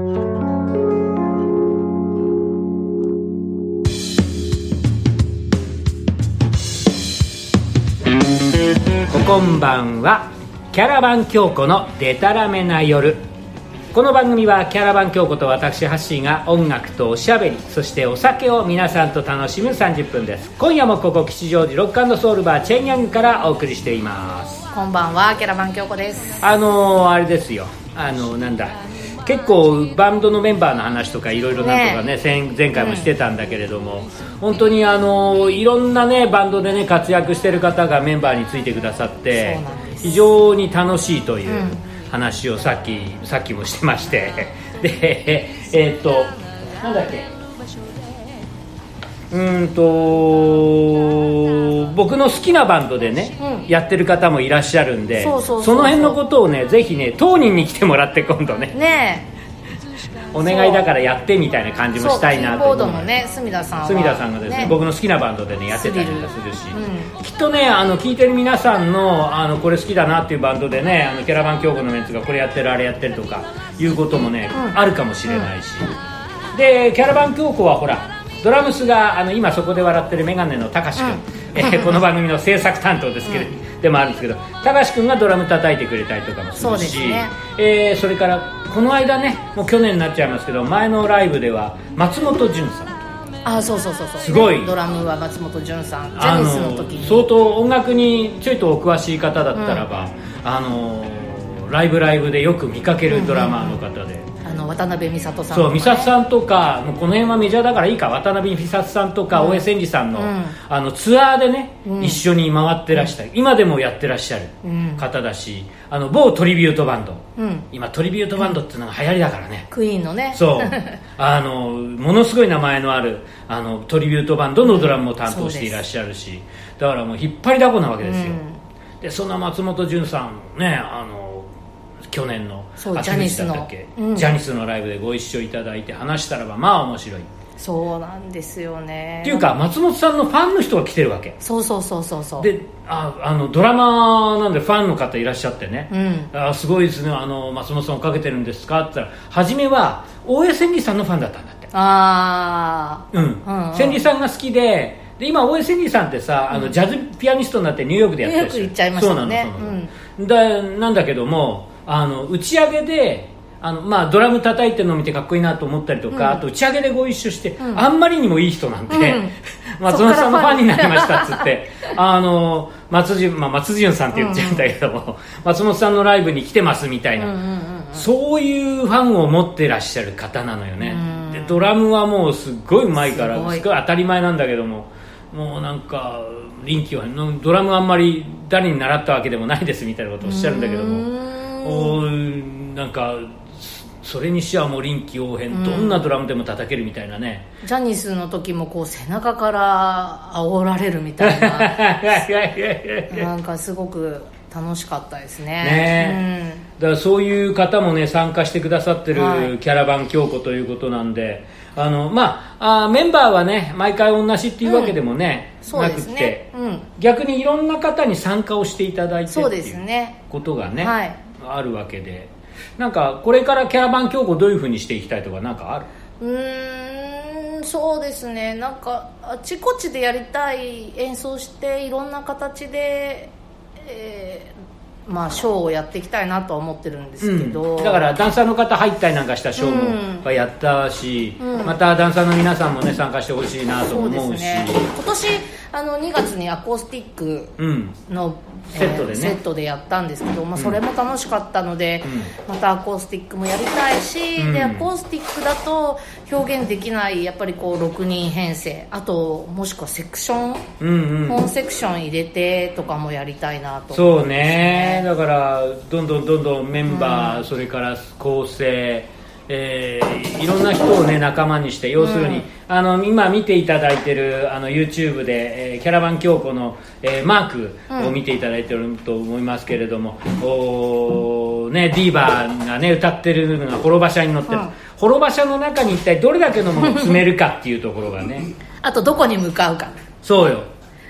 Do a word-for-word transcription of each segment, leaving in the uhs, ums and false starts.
こんばんは。キャラバン京子のデタラメな夜。この番組はキャラバン京子と私ハッシーが音楽とおしゃべり、そしてお酒を皆さんと楽しむさんじゅっぷんです。今夜もここ吉祥寺ロック&ソウルバーチェンヤングからお送りしています。 こんばんは、キャラバン京子です。 あのー、あれですよ、あのー、なんだ結構バンドのメンバーの話とかいろいろなんとかね、ね前回もしてたんだけれども、うん、本当にあのいろんなねバンドでね活躍してる方がメンバーについてくださって非常に楽しいという話をさっき、うん、さっきもしてましてでえー、っとなんだっけうーんと僕の好きなバンドでね、うん、やってる方もいらっしゃるんで、そうそうそうそう、その辺のことをねぜひね当人に来てもらって今度ねねお願いだからやってみたいな感じもしたいなと思う。 キーボードのね隅田さんは隅田さんがですね、ね僕の好きなバンドでねやってたりとかするし、うん、きっとねあの聞いてる皆さんのあのこれ好きだなっていうバンドでねあのキャラバン京子のメンツがこれやってるあれやってるとかいうこともね、うん、あるかもしれないし、うん、でキャラバン京子はほらドラムスがあの今そこで笑ってるメガネのたかし君、うんえー、この番組の制作担当ですけど、うん、でもあるんですけどたかし君がドラム叩いてくれたりとかもするし、そうですね、えー、それからこの間ねもう去年になっちゃいますけど前のライブでは松本潤さんあそうそうそうそうすごいドラムは松本潤さんジャニスの時に相当音楽にちょいとお詳しい方だったらば、うん、あのライブライブでよく見かけるドラマーの方で、うんうんうんあの渡辺美里さんとか、ね、そう美里さんとかもうこの辺はメジャーだからいいか渡辺美里さんとか、うん、大江千里さんの、うん、あのツアーでね、うん、一緒に回ってらっしゃる、うん、今でもやってらっしゃる方だし、あの某トリビュートバンド、うん、今トリビュートバンドっていうのが流行りだからね、 クイーンのねそうあのものすごい名前のあるあのトリビュートバンドのドラムも担当していらっしゃるし、だからもう引っ張りだこなわけですよ、うん、でそんな松本潤さんねあの去年のジャニスの、 うん、ジャニスのライブでご一緒いただいて話したらばまあ面白い。 そうなんですよね。 っていうか松本さんのファンの人が来てるわけ。 そうそうそうそうそうで あ, あのドラマなんでファンの方いらっしゃってね、うん、あすごいですねあの松本さんをかけてるんですかって言ったら初めは大江千里さんのファンだったんだって。 ああ、 うんうんうん、千里さんが好きでで今大江千里さんってさ、うん、あのジャズピアニストになってニューヨークでやってるし、 ニューヨーク行っちゃいましたね。 そうなのそうなの、うん、だなんだけどもあの打ち上げであの、まあ、ドラム叩いてるのを見てかっこいいなと思ったりとか、うん、あと打ち上げでご一緒して、うん、あんまりにもいい人なんで、うん、松本さんのファンになりましたっつってあの 松, 潤、まあ、松潤さんって言っちゃうんだけども、うんうん、松本さんのライブに来てますみたいな、うんうんうんうん、そういうファンを持ってらっしゃる方なのよね、うん、でドラムはもうすっごいうまいからすごい当たり前なんだけどももうなんか臨機はドラムあんまり誰に習ったわけでもないですみたいなことをおっしゃるんだけどもおなんかそれにしてはもう臨機応変どんなドラムでも叩けるみたいなね、 うん、ジャニスの時もこう背中から煽られるみたいななんかすごく楽しかったです ね, ね、うん、だからそういう方もね参加してくださってるキャラバン京子ということなんで、はい、あのまあ、あメンバーはね毎回同じっていうわけでもね、うん、なくって、ねうん、逆にいろんな方に参加をしていただいてっていうことがね、はい、あるわけでなんかこれからキャラバン京子どういう風にしていきたいとかなんかある？ うーんそうですねなんかあちこちでやりたい演奏していろんな形でえー、まあショーをやっていきたいなとは思ってるんですけど、 うん、だからダンサーの方入ったりなんかしたショーもやったし、うん、またダンサーの皆さんもね参加してほしいなと思うし、そうですね、 今年あのにがつにアコースティックの、うんえー、セットでねセットでやったんですけど、まあ、それも楽しかったので、うん、またアコースティックもやりたいし、うん、でアコースティックだと表現できないやっぱりこうろくにん編成あともしくはセクション、うんうん、本セクション入れてとかもやりたいなと思そうねだからどんどんどんどんメンバー、うん、それから構成えー、いろんな人を、ね、仲間にして要するに、うん、あの今見ていただいてるあの YouTube で、えー、キャラバン京子の、えー、マークを見ていただいてると思いますけれども、うんおね、ディーバーが、ね、歌ってるのが滅馬車に乗ってる、うん、滅馬車の中に一体どれだけのものを詰めるかっていうところがねあとどこに向かうかそうよ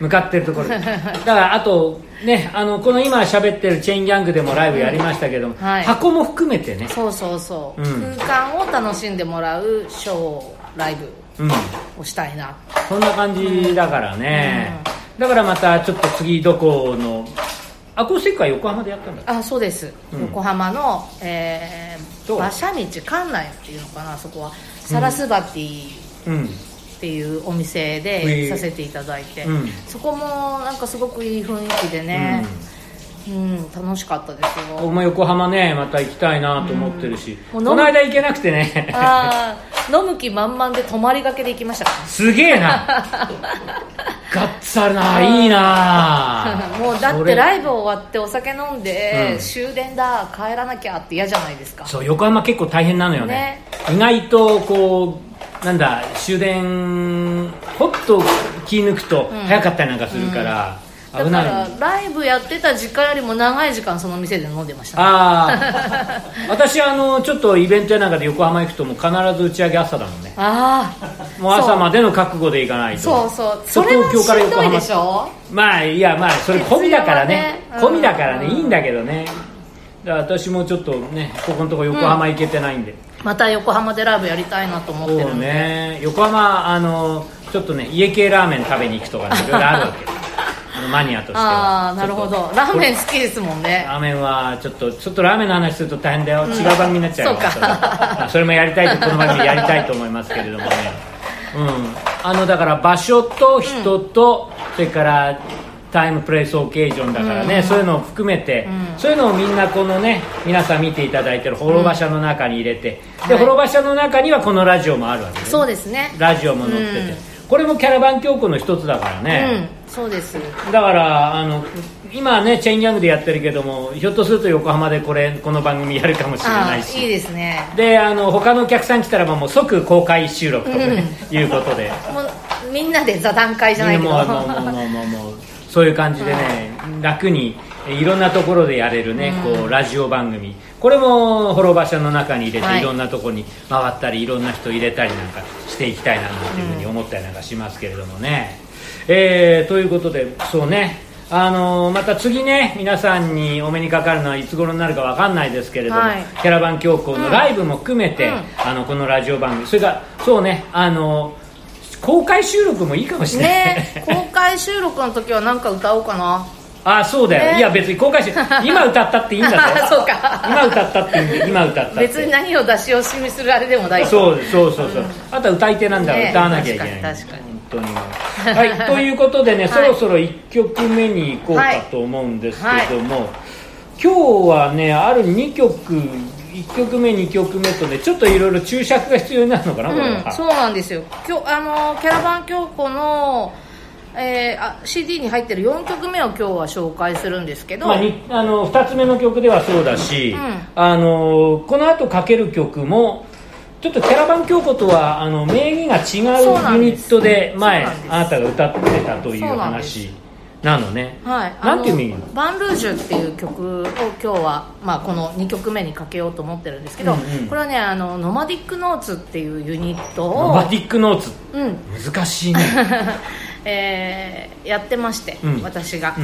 向かってるところだからあとねあのこの今喋ってるチェーンギャングでもライブやりましたけども、うんはい、箱も含めてねそうそうそう、うん、空間を楽しんでもらうショーライブをしたいな、うん、 そんな感じだからね、うん、だからまたちょっと次どこのアコースティックは横浜でやったんだっけ？ あそうです、うん、横浜の、えー、馬車道館内っていうのかなそこはサラスバティ、うんうんっていうお店でさせていただいて、うん、そこもなんかすごくいい雰囲気でね、うんうん、楽しかったですよ。 僕も横浜ねまた行きたいなと思ってるし、うん、この間行けなくてねあ飲む気満々で泊まりがけで行きましたすげえなガッツあるないいなもうだってライブ終わってお酒飲んで、うん、終電だ帰らなきゃって嫌じゃないですか。 そう横浜結構大変なのよ ね, ね意外とこうなんだ終電ほっと気抜くと早かったりなんかするから、 うんうん、だからライブやってた時間よりも長い時間その店で飲んでました、ね、 あ私あのちょっとイベントやなんかで横浜行くともう必ず打ち上げ朝だもんね。 あもう朝までの覚悟で行かないと。 そうそうそれはしんどいでしょ。 まあいやまあそれ込みだからね込みだからね、うん、いいんだけどね。だから私もちょっとねここのとこ横浜行けてないんで、うんまた横浜でライブやりたいなと思ってるんで。 そうね横浜あのちょっとね家系ラーメン食べに行くとかねいろいろあるわけあのマニアとしては。 ああなるほどラーメン好きですもんね。 ラーメンはちょっとちょっとラーメンの話すると大変だよ、うん、違う番組になっちゃうから、そうかそれもやりたいとこの番組やりたいと思いますけれどもねうんあのだから場所と人と、うん、それからタイムプレイスオケージョンだからね、うん、そういうのを含めて、うん、そういうのをみんなこのね皆さん見ていただいてる滅場所の中に入れて、うん、で滅場所の中にはこのラジオもあるわけで、ね、 そうですねラジオも載ってて、うん、これもキャラバン教皇の一つだからね、 うん、そうですだからあの今ねチェーンギャングでやってるけどもひょっとすると横浜でこれこの番組やるかもしれないしいいですね。 であの他のお客さん来たらもう即公開収録とかね、うん、いうことでもうみんなで座談会じゃないけどもうもうもうもうもうもうそういう感じでね、うん、楽にいろんなところでやれるね、うん、こうラジオ番組これも滅場所の中に入れて、はい、いろんなところに回ったりいろんな人入れたりなんかしていきたいなというふうに思ったりなんかしますけれどもね、うんえー、ということでそうねあのー、また次ね皆さんにお目にかかるのはいつ頃になるか分かんないですけれども、はい、キャラバン教皇のライブも含めて、うん、あのこのラジオ番組それからそうねあのー公開収録もいいかもしれない、 ね、公開収録の時は何か歌おうかなあそうだよ、ね、いや別に公開収録今歌ったっていいんだぞそうか今歌ったっていい今歌ったって別に何を出し惜しみするあれでもないそうそうそうそう、うん、あとは歌い手なんだから、ね、歌わなきゃいけない確かに確かに本当にはいということでね、はい、そろそろいっきょくめに行こうかと思うんですけども、はいはい、今日はねあるにきょくいっきょくめにきょくめとねちょっといろいろ注釈が必要になるのかな、うん、これはそうなんですよ今日あのキャラバン教皇の、えー、あ シーディー に入ってるよんきょくめを今日は紹介するんですけど、 まあ、にあのふたつめの曲ではそうだし、うん、あのこの後かける曲もちょっとキャラバン教皇とはあの名義が違うユニットで前あなたが歌ってたという話なのね、 はい、 なんていう意味？ バンルージュっていう曲を今日は、まあ、このにきょくめにかけようと思ってるんですけど、うんうん、これはねあのノマディックノーツっていうユニットをノマディックノーツ、 うん、 難しいね、 えー、やってまして、うん、私が、うん、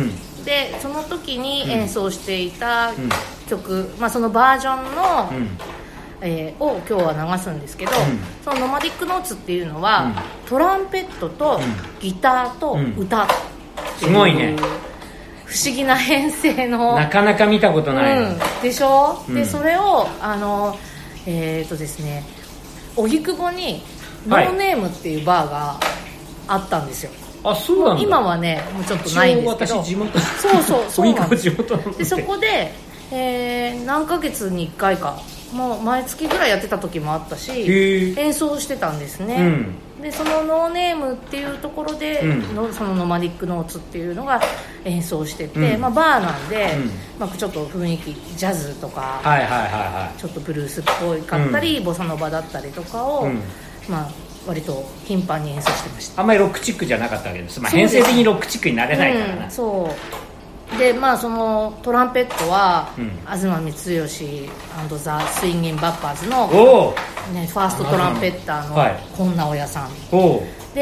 でその時に演奏していた曲、うんまあ、そのバージョンの、うんえー、を今日は流すんですけど、うん、そのノマディックノーツっていうのは、うん、トランペットとギターと歌、うんすごいね不思議な編成のなかなか見たことない、 うん、でしょ、うん、でそれをあのえっ、ー、とですね荻窪にノーネームっていうバーがあったんですよ、 はい、あそうなんだ今はねもうちょっとないんですけど私地元そうそうそうなんです地元なんででそこで、えー、何ヶ月にいっかいかもう毎月ぐらいやってた時もあったし演奏してたんですね、うん、でそのノーネームっていうところで、うん、のそのノマディックノーツっていうのが演奏してて、うんまあ、バーなんで、うんまあ、ちょっと雰囲気ジャズとか、 はいはいはいはい、 ちょっとブルースっぽいかったり、うん、ボサノバだったりとかを、うんまあ、割と頻繁に演奏してました。 あんまりロックチックじゃなかったわけです、まあ、編成的にロックチックになれないからな、 うん、そうでまあそのトランペットは、うん、東光義&ザ・スインギン・バッパーズの、ね、ファーストトランペッターの今直哉さん、はい、で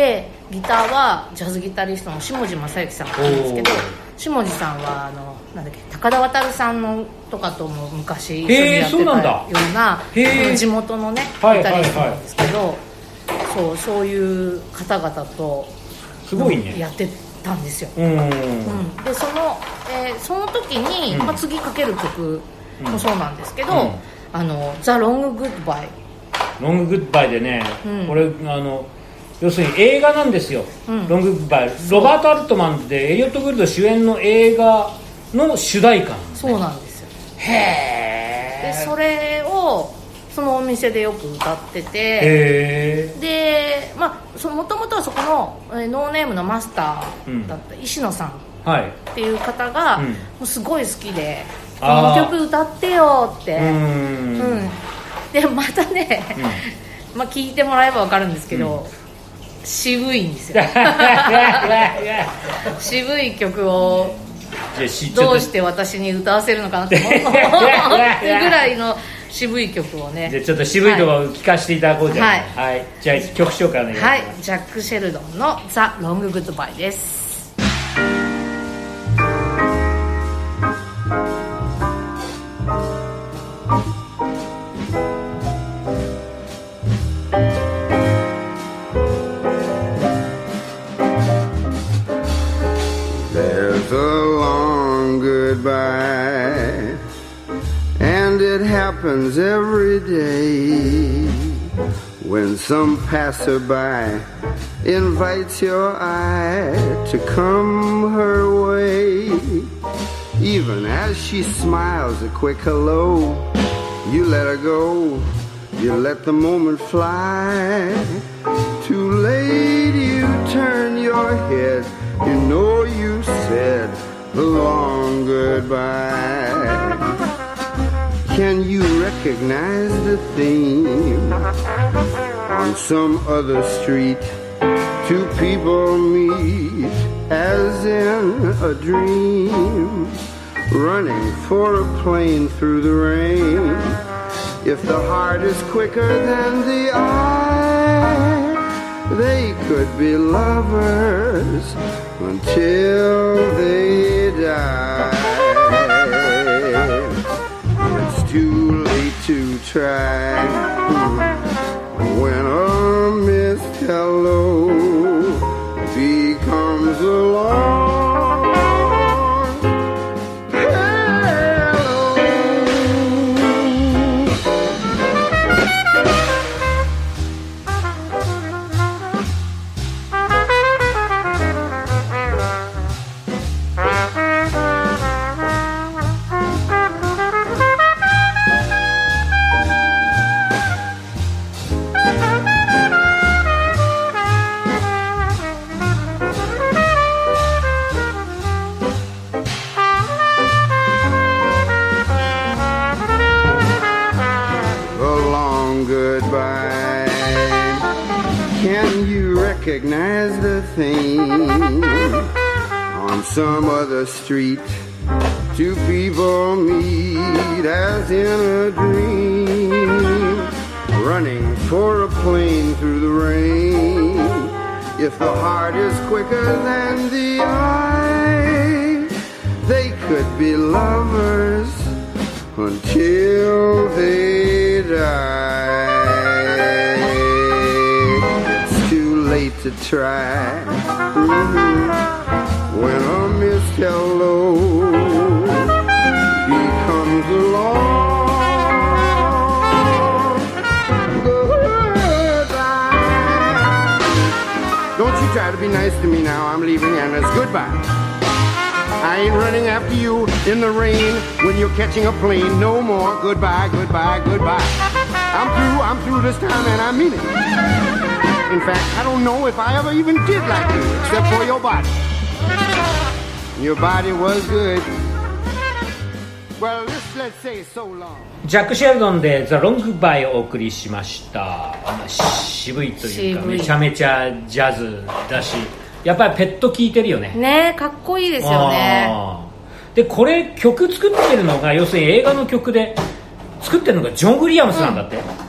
ギターはジャズギタリストの下地正幸さんなんですけど、下地さんはあのなんだっけ高田渉さんのとかとも昔一緒にやってたような地元のねギタリストなんですけど、はいはいはい、そうそういう方々とすごいねやってたんですよ。 うん、うん、 でその、えー、その時に、うんまあ、次かける曲もそうなんですけど、うん、あのザ・ロング・グッドバイロング・グッドバイでね、うん、これあの要するに映画なんですよ、うん、ロング・グッドバイロバート・アルトマンでエリオット・グルド主演の映画の主題歌なんですね。 そうなんですよ。 へーでそれをそのお店でよく歌ってて、 へーでまあもともとはそこの、えー、ノーネームのマスターだった、うん、石野さんっていう方が、はい、もうすごい好きでこの曲歌ってよって、うん、うん、でまたね、うんまあ、聞いてもらえば分かるんですけど、うん、渋いんですよ渋い曲をどうして私に歌わせるのかなって思うぐらいの渋い曲をね。 じゃあちょっと渋いところを聴かせていただこうじゃない、はいはい、じゃあ曲紹介お願いします。 はい、ジャック・シェルドンのザ・ロング・グッドバイです。 There's a long goodbye, and it happens every day when some passerby invites your eye to come her way. Even as she smiles a quick hello, you let her go, you let the moment fly. Too late you turn your head, you know you said a long goodbye. Can you recognize the theme? On some other street, two people meet as in a dream, running for a plane through the rain. If the heart is quicker than the eye, they could be lovers until they die. It's too late to try when a missed hello becomes a long recognize the thing. On some other street, two people meet as in a dream, running for a plane through the rain. If the heart is quicker than the eye, they could be lovers until they die. To try mm-hmm. when a missed hello becomes a long goodbye. Don't you try to be nice to me now. I'm leaving and it's goodbye. I ain't running after you in the rain when you're catching a plane. No more. Goodbye, goodbye, goodbye. I'm through, I'm through this time and I mean it. In fact, I don't know if I ever even did like you, except for your body. Your body was good. Well, let's, let's say so long. ジャック・シェルドンでザ・ロング・バイをお送りしました。渋いというかめちゃめちゃジャズだし、やっぱりペット聴いてるよね。 ね、かっこいいですよね。 で、これ曲作ってるのが要するに映画の曲で作ってるのがジョン・ウィリアムスなんだって。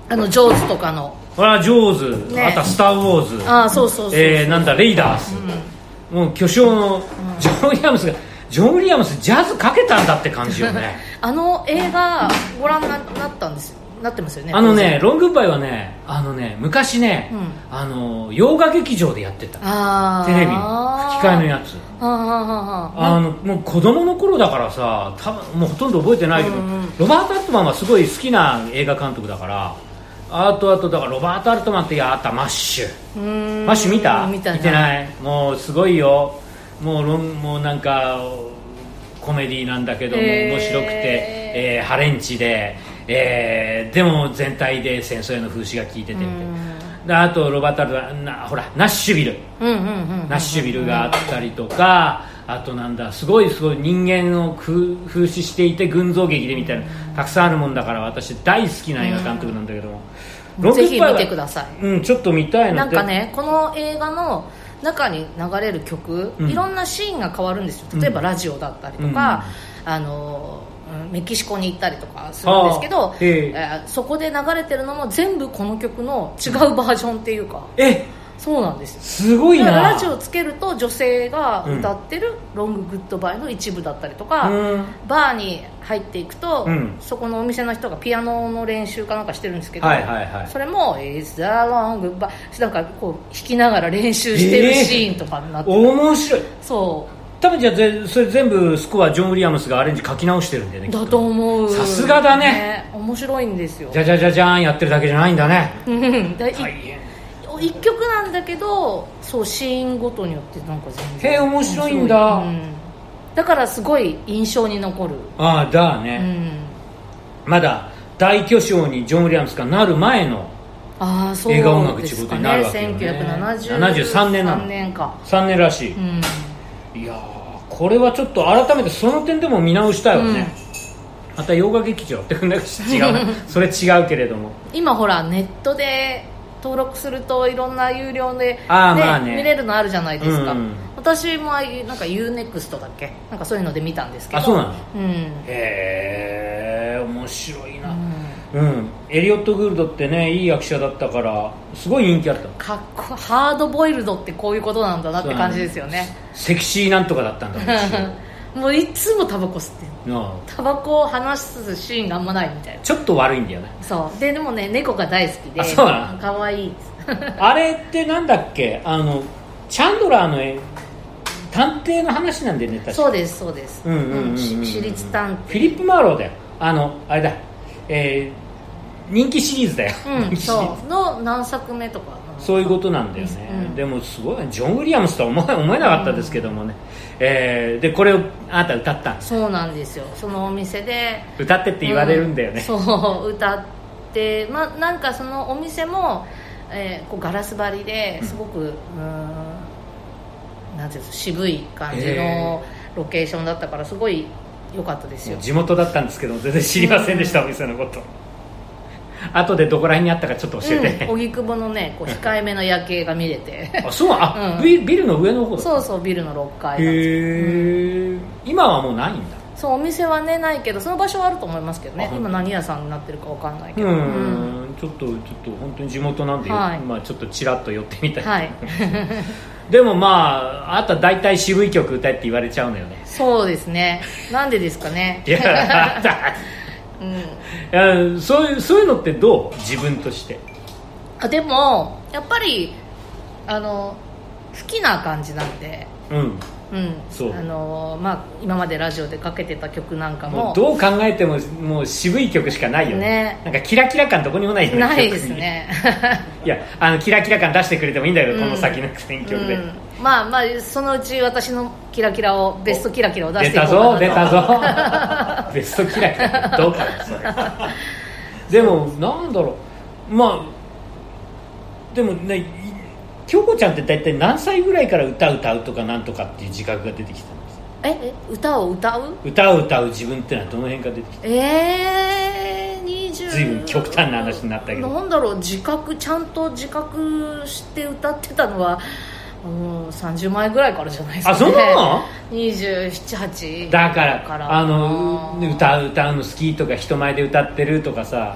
あのジョーズとかのあジョーズ、ね、あとはスター・ウォーズ、 あそうそうそうそう、 えー、なんだレイダース、うん、もう巨匠のジョン・ウィリアムスがジョン・ウィリアムスジャズかけたんだって感じよねあの映画ご覧になったんですよなってますよね。 あのねロングバイはねあのね昔ね、うん、あの洋画劇場でやってたあテレビの吹き替えのやつああのもう子供の頃だからさ多分もうほとんど覚えてないけど、うんうん、ロバート・アルトマンはすごい好きな映画監督だからあとあとだからロバート・アルトマンってやったマッシュマッシュ見た？ 見た見てないもうすごいよもうロンもうなんかコメディなんだけども面白くて、えー、ハレンチでえー、でも全体で戦争への風刺が効いててみたいな、あとロバート・アルトなほらナッシュビルナッシュビルがあったりとかあとなんだすごいすごい人間を風刺していて群像劇でみたいなたくさんあるもんだから私大好きな映画監督なんだけどもぜひ見てください、 うん、ちょっと見たいななんかねこの映画の中に流れる曲、うん、いろんなシーンが変わるんですよ。例えばラジオだったりとか、うん、あのメキシコに行ったりとかするんですけど、えー、そこで流れてるのも全部この曲の違うバージョンっていうか、 えそうなんですよ。 すごいな。 ラジオつけると女性が歌ってるロンググッドバイの一部だったりとか、うん、バーに入っていくと、うん、そこのお店の人がピアノの練習かなんかしてるんですけど、 はいはいはい、 それも It's the long goodbye なんかこう弾きながら練習してるシーンとかになって、えー、 面白い。 そう多分じゃあそれ全部スコアジョン・ウィリアムスがアレンジ書き直してるんだよね。 だと思う。 さすがだね。 ね面白いんですよ。 じゃじゃじゃじゃーんやってるだけじゃないんだね。大変。一曲なんだけどそうシーンごとによってなんか全然へえ面白いんだ、うん、 だからすごい印象に残る。 ああだね、うん、まだ大巨匠にジョン・ウィリアムスがなる前のああそう映画音楽ってことになるわけよね。 せんきゅうひゃくななじゅうさんねんなの。 さんねんかさんねんらしい、うん、いやこれはちょっと改めてその点でも見直したいわね、うん、また洋画劇場って違うそれ違うけれども今ほらネットで登録するといろんな有料で、ねまあね、 見れるのあるじゃないですか、 うんうん、 私もなんか ユーネクスト だっけなんかそういうので見たんですけど。 あそうなの、 うん、 へえ面白いな、うんうん、エリオット・グールドってねいい役者だったからすごい人気あった。 かっこハードボイルドってこういうことなんだなって感じですよね。 セクシーなんとかだったんだもういつもタバコ吸ってる、タバコを離すシーンがあんまないみたいな。 ちょっと悪いんだよね。 そうででもね猫が大好きであそうなのかわいいあれってなんだっけあのチャンドラーの探偵の話なんでね確か。 そうですそうです、うんうんうんうん、私立探偵フィリップ・マーローだよ。あのあれだ、えー、人気シリーズだよ、 うん、そうの何作目とかそういうことなんだよね、うん、でもすごいジョン・ウィリアムスとは思え、思えなかったですけどもね、うんえー、でこれをあなた歌ったんです。 そうなんですよ。そのお店で歌ってって言われるんだよね、 うん、そう歌って、まあ、なんかそのお店も、えー、こうガラス張りですごく、うん、うーんなんていうんです渋い感じのロケーションだったからすごい良かったですよ。 地元だったんですけど全然知りませんでした、うん、お店のこと後でどこら辺にあったかちょっと教えて。 荻、うん、窪のねこう控えめな夜景が見れてあそうあ、うん、ビ, ビルの上の方だった。 そうそうビルのろっかいへえ、うん、今はもうないんだ。 そうお店はねないけどその場所はあると思いますけどね。今何屋さんになってるか分かんないけど、うん、うん、 ちょっとちょっと本当に地元なんで、はいまあ、ちょっとちらっと寄ってみたい、 はい、 でもまああとは大体渋い曲歌えって言われちゃうのよね。 そうですねなんでですかねいやうん、いやそういうそういうのってどう自分として。 あでもやっぱりあの好きな感じなんで、 うんうん、そうあの、まあ、今までラジオでかけてた曲なんかも、 もうどう考えてももう渋い曲しかないよ ね, ねなんかキラキラ感どこにもないよね。 ないですねいやあのキラキラ感出してくれてもいいんだけど、うん、この先の選曲で、うん、 まあまあそのうち私のキラキラをベストキラキラを出していこうかなと。 出たぞ出たぞベストキラキラどうかなそれでもなんだろうまあでもね京子ちゃんって大体何歳ぐらいから歌う歌うとかなんとかっていう自覚が出てきたんですか。 ええ歌を歌う歌を歌う自分ってのはどの辺から出てきた。 えー、にじゅう随分極端な話になったけどなんだろう自覚ちゃんと自覚して歌ってたのはもうさんじゅうまえぐらいからじゃないですかね。 あ、そうなの？ にじゅうなな、はちだからからあの歌う歌うの好きとか人前で歌ってるとかさ、 うん、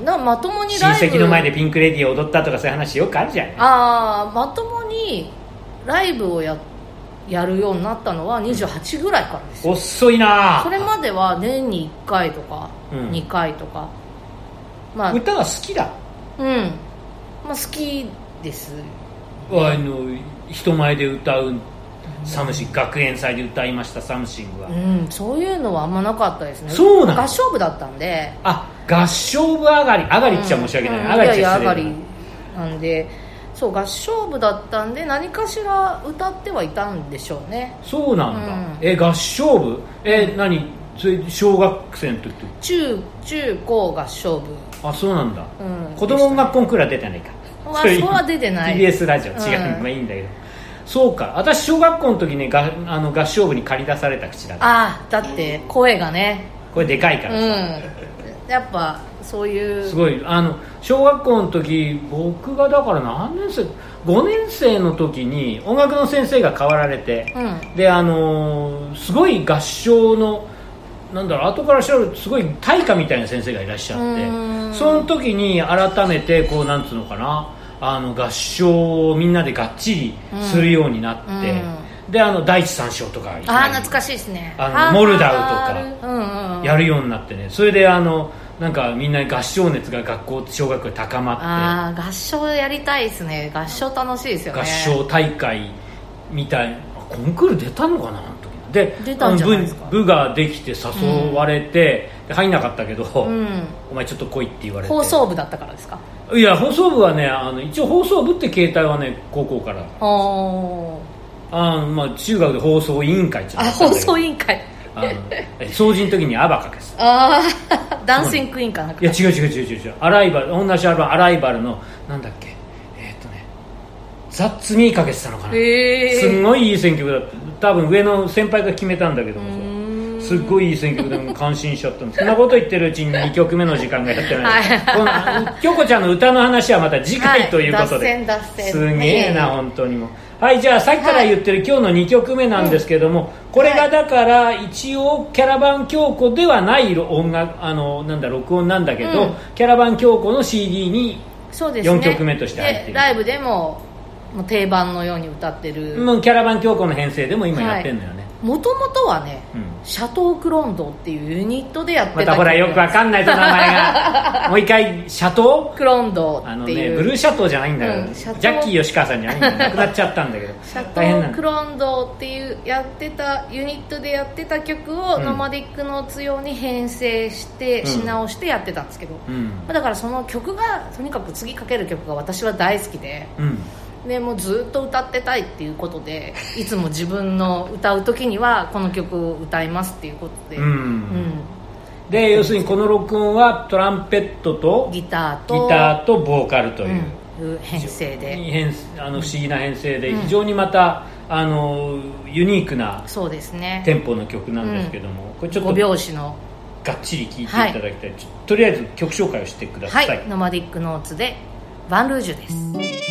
だからまともにライブ親戚の前でピンクレディー踊ったとかそういう話よくあるじゃん。 ああ、まともにライブをややるようになったのはにじゅうはちぐらいからですよ。 遅いな。 それまでは年にいっかいとか、うん、にかいとか、まあ、 歌が好きだ。 うん、まあ、好きです、ね、 あの人前で歌うサムシン、うん、学園祭で歌いましたサムシングは、うん、 そういうのはあんまなかったですね。 そうなの？ 合唱部だったんで。 あ、合唱部上がり、上がりって言っちゃ申し訳ない、うん、上がりっちゃ失礼だな。いやいや上がりなんで、そう合唱部だったんで何かしら歌ってはいたんでしょうね。 そうなんだ、うん、え合唱部え、うん、何それ小学生の時と中中高合唱部。 あ、そうなんだ、うん、子供音楽コンクールは出てないか。 まあ、それは出てない。 ティービーエス ラジオ違う、うん、まあいいんだけど。そうか、私小学校の時にがあの合唱部に借り出された口だった。 ああ、だって声がね、 声でかいからさ、 うん、やっぱそういうすごい。あの小学校の時僕がだから何年生ごねん生の時に音楽の先生が変わられて、うん、であのすごい合唱のなんだろう、後から調べるすごい大家みたいな先生がいらっしゃって、その時に改めてこうなんつうのかな、あの合唱をみんなでがっちりするようになって、うん、であの第一三章とかあ懐かしいですね。 あのモルダウとかやるようになってね、それであのなんかみんな合唱熱が学校小学校で高まって、 あ合唱やりたいですね。合唱楽しいですよね。 合唱大会みたい、コンクール出たのかなで、 出たんじゃないですか。 部, 部ができて誘われて、うん、入んなかったけど、うん、お前ちょっと来いって言われて。 放送部だったからですか？ いや放送部はね、あの一応放送部って形態はね高校からあ、まあ、中学で放送委員会ってあ放送委員会あの掃除の時にアバカです。 ああダンシングクイーンかなんか。 いや違う違う違う違う違う、アライバル、同じアルバムアライバルのなんだっけ、えー、っとねザッツミーかけてたのかな、 えー、 すんごいいい選曲だった。多分上の先輩が決めたんだけどもさ、すっごいいい選曲でも感心しちゃったんです。そんなこと言ってるうちににきょくめの時間がやってない、はい、この京子ちゃんの歌の話はまた次回ということで、はい、脱線脱線すげえな、本当にも。はい、じゃあさっきから言ってる今日のにきょくめなんですけども、はい、これがだから一応キャラバン京子ではない音楽、あのなんだ録音なんだけど、うん、キャラバン京子の シーディー によんきょくめとして入っている。 ライブでももう定番のように歌ってる、 もうキャラバン京子の編成でも今やってるのよね。 もともとはね、うん、シャトークロンドっていうユニットでやってた。 またほらよくわかんないと名前がもう一回シャトークロンドっていう、 あの、ね、ブルーシャトーじゃないんだけど、うん、ジャッキー吉川さんじゃないんだよ、亡くなっちゃったんだけどシャトークロンドっていうやってたユニットでやってた曲を、うん、ノマディックノーツ用に編成してし直してやってたんですけど、うん、だからその曲がとにかく次かける曲が私は大好きで、うんでもうずっと歌ってたいっていうことでいつも自分の歌う時にはこの曲を歌いますっていうことで、うんうん、 で要するにこの録音はトランペットとギターとギターとボーカルという、 うん、編成で編あの不思議な編成で、うん、非常にまたあのユニークなそうですねテンポの曲なんですけども、うん、これちょっとご拍子のがっちり聴いていただきたい、はい、とりあえず曲紹介をしてください。 はい、ノマディックノーツでバンルージュです。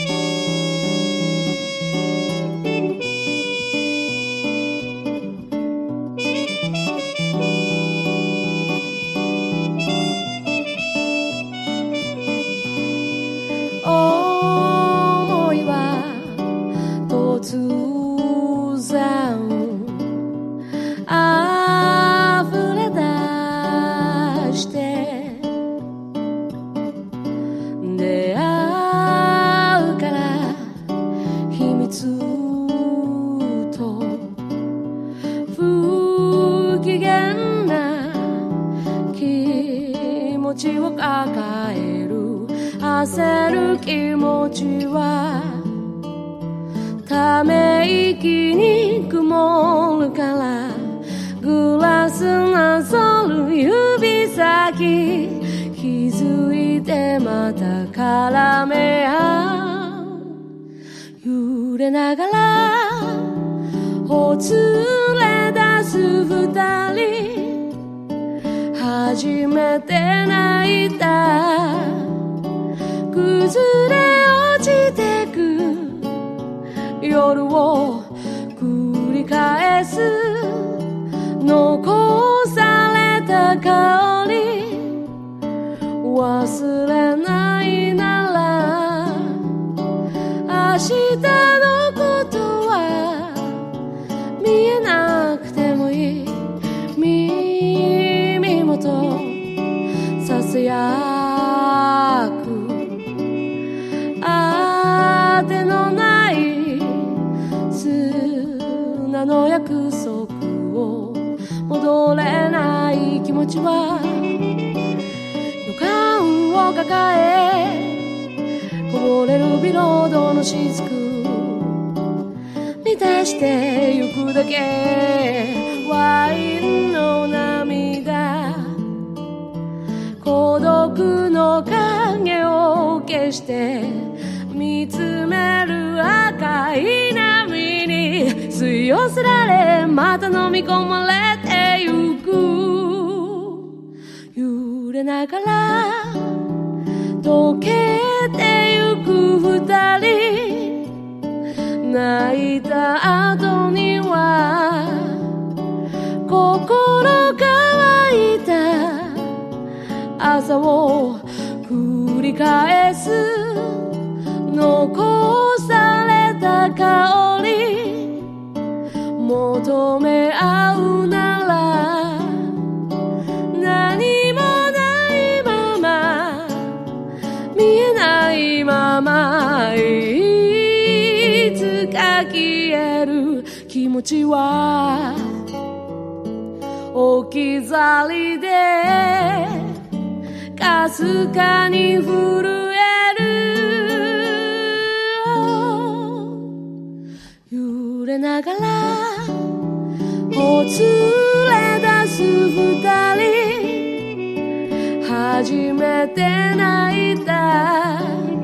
焦る気持ちはため息に曇るからグラスなぞる指先気づいてまた絡め合う揺れながらほつれ出す二人初めて泣い崩れ落ちてく夜夜を繰り返す残された香り忘れないなら明日のことは見えなくてもいい耳元ささやくあてのない砂の約束を戻れない気持ちは予感を抱えこぼれるビロードの雫満たしてゆくだけワインの涙孤独の影を消して見つめる赤い波に吸い寄せられまた飲み込まれてゆく揺れながら溶けてゆく二人泣いた後には心乾いた朝を繰り返す残された香り求め合うなら何もないまま見えないままいつか消える気持ちは置き去りでかすかに震える揺れながらほつれ出す二人初めて泣いた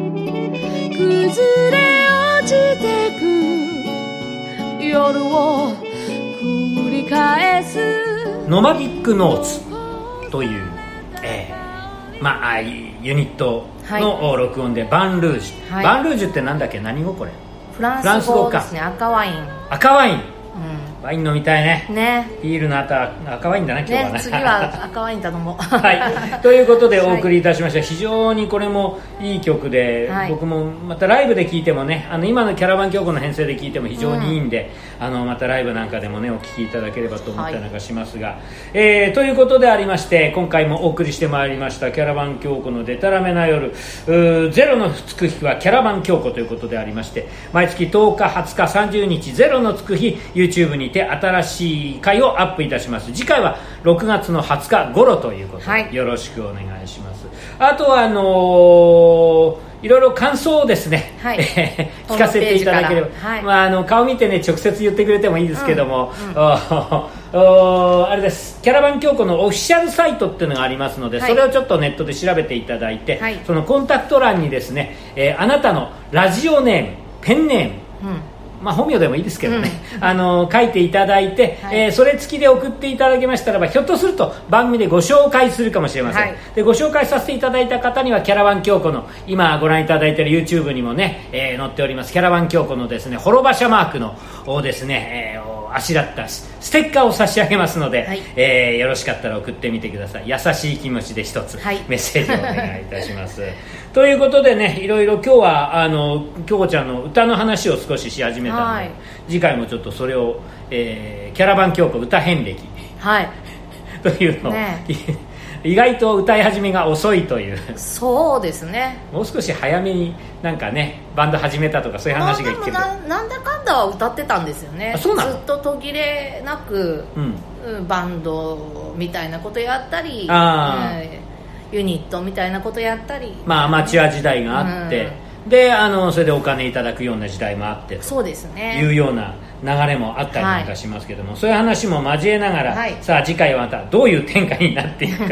崩れ落ちてく夜を繰り返すノマディックノーツという、えー、まあユニットの録音で、はい、バンルージュ、はい、バンルージュってなんだっけ何語これフランス語ですね。赤ワイン赤ワイン、 うん、 ワイン飲みたいね。 ね。 ビールの後は赤ワインだな今日はね。 ね、次は赤ワイン頼もう。 はい。ということでお送りいたしました。はい、非常にこれもいい曲で、はい、僕もまたライブで聴いてもね、あの今のキャラバン教皇の編成で聴いても非常にいいんで、うん、あのまたライブなんかでもねお聴きいただければと思ったりなんかしますが、はい、えー、ということでありまして今回もお送りしてまいりましたキャラバン教皇のデタラメな夜、ゼロのつく日はキャラバン教皇ということでありまして、毎月とおか、はつか、さんじゅうにちゼロのつく日 YouTube にて新しい回をアップいたします。次回はろくがつのはつか頃ということで、はい、よろしくお願いします。あとはあのーいろいろ感想をですね、はい、聞かせていただければ、はい、まあ、あの顔見てね直接言ってくれてもいいですけども、うんうん、あれです、キャラバン教皇のオフィシャルサイトっていうのがありますので、はい、それをちょっとネットで調べていただいて、はい、そのコンタクト欄にですね、えー、あなたのラジオネーム、ペンネーム、うん、まあ、本名でもいいですけどね、うん、あの書いていただいて、はい、えー、それ付きで送っていただけましたらばひょっとすると番組でご紹介するかもしれません、はい、でご紹介させていただいた方にはキャラバン教皇の今ご覧いただいている YouTube にもね、えー、載っておりますキャラバン教皇のですね滅場者マークのをですね、えー、あしらったステッカーを差し上げますので、はい、えー、よろしかったら送ってみてください。優しい気持ちで一つ、はい、メッセージをお願いいたしますということでね、いろいろ今日はあの京子ちゃんの歌の話を少しし始めたので、はい、次回もちょっとそれを、えー、キャラバン教皇歌遍歴、はい、というのを、ね、意外と歌い始めが遅いという。 そうですね、 もう少し早めになんかねバンド始めたとかそういう話が聞ける。 な, なんだかんだは歌ってたんですよね。 あ、そうなの？ ずっと途切れなく、うん、バンドみたいなことやったり、 あ、 うん、ユニットみたいなことやったり、 まあアマチュア時代があって、うん、であのそれでお金いただくような時代もあってそうですね、 いうような流れもあったりなんかしますけども、はい、そういう話も交えながら、はい、さあ次回はまたどういう展開になっていくか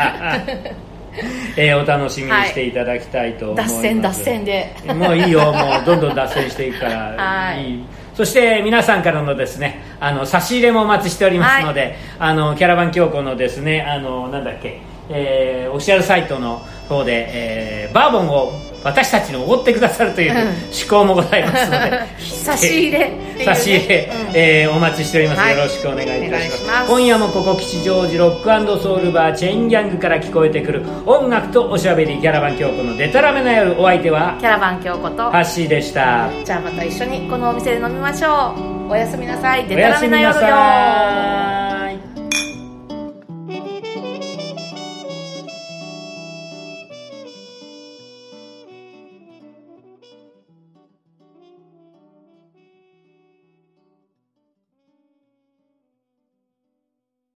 えー、お楽しみにしていただきたいと思います、 はい、脱線脱線でもういいよ、もうどんどん脱線していくから、はい、いい。そして皆さんからのですねあの差し入れもお待ちしておりますので、はい、あのキャラバン教皇のですねあのなんだっけ、えー、オフィシャルサイトの方で、えー、バーボンを私たちにおごってくださるという趣向もございますので差し入れっていうね、 差し入れ、うんえー、お待ちしております、はい、よろしくお願いいたします。ます今夜もここ吉祥寺ロック&ソウルバーチェーンギャングから聞こえてくる音楽とおしゃべり、キャラバン京子のデタラメな夜、お相手はキャラバン京子とハッシーでした。 じゃあまた一緒にこのお店で飲みましょう。おやすみなさい。デタラメな夜よ。